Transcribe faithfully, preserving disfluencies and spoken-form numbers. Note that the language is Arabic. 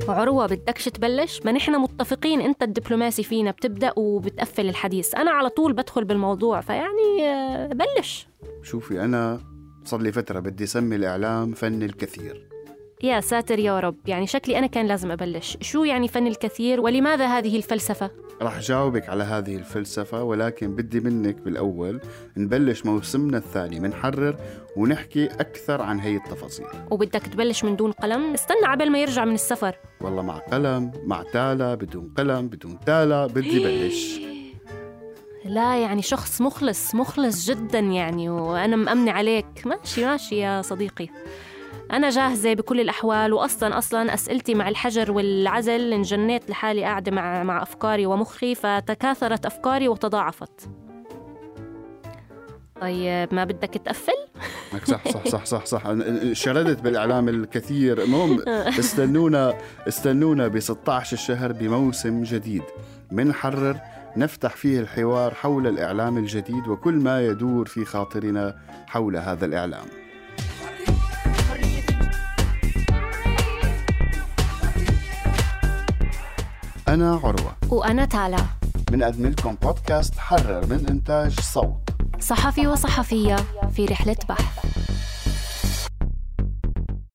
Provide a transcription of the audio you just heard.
عروة بدكش تبلش؟ ما نحن متفقين أنت الدبلوماسي فينا، بتبدأ وبتقفل الحديث، أنا على طول بدخل بالموضوع، فيعني بلش. شوفي، أنا صار لي فترة بدي أسمي الإعلام فن الكثير. يا ساتر يا رب، يعني شكلي أنا كان لازم أبلش. شو يعني فن الكثير، ولماذا هذه الفلسفة؟ رح جاوبك على هذه الفلسفة، ولكن بدي منك بالأول نبلش موسمنا الثاني من حرر ونحكي أكثر عن هي التفاصيل. وبدك تبلش من دون قلم؟ استنى عبال ما يرجع من السفر. والله مع قلم، مع تالة، بدون قلم، بدون تالة، بدي بلش. لا يعني شخص مخلص مخلص جدا يعني، وأنا مأمنة عليك. ماشي ماشي يا صديقي، أنا جاهزة بكل الأحوال. وأصلا أصلا أسئلتي مع الحجر والعزل انجنيت لحالي قاعدة مع مع أفكاري ومخي، فتكاثرت أفكاري وتضاعفت. طيب ما بدك تقفل؟ صح صح صح صح صح شردت بالإعلام الكثير. المهم استنونا استنونا ب ستة عشر الشهر بموسم جديد من حرر، نفتح فيه الحوار حول الإعلام الجديد وكل ما يدور في خاطرنا حول هذا الإعلام. أنا عروة وأنا تالا، بنقدم لكم بودكاست حرر من إنتاج صوت، صحفي وصحفية في رحلة بحث.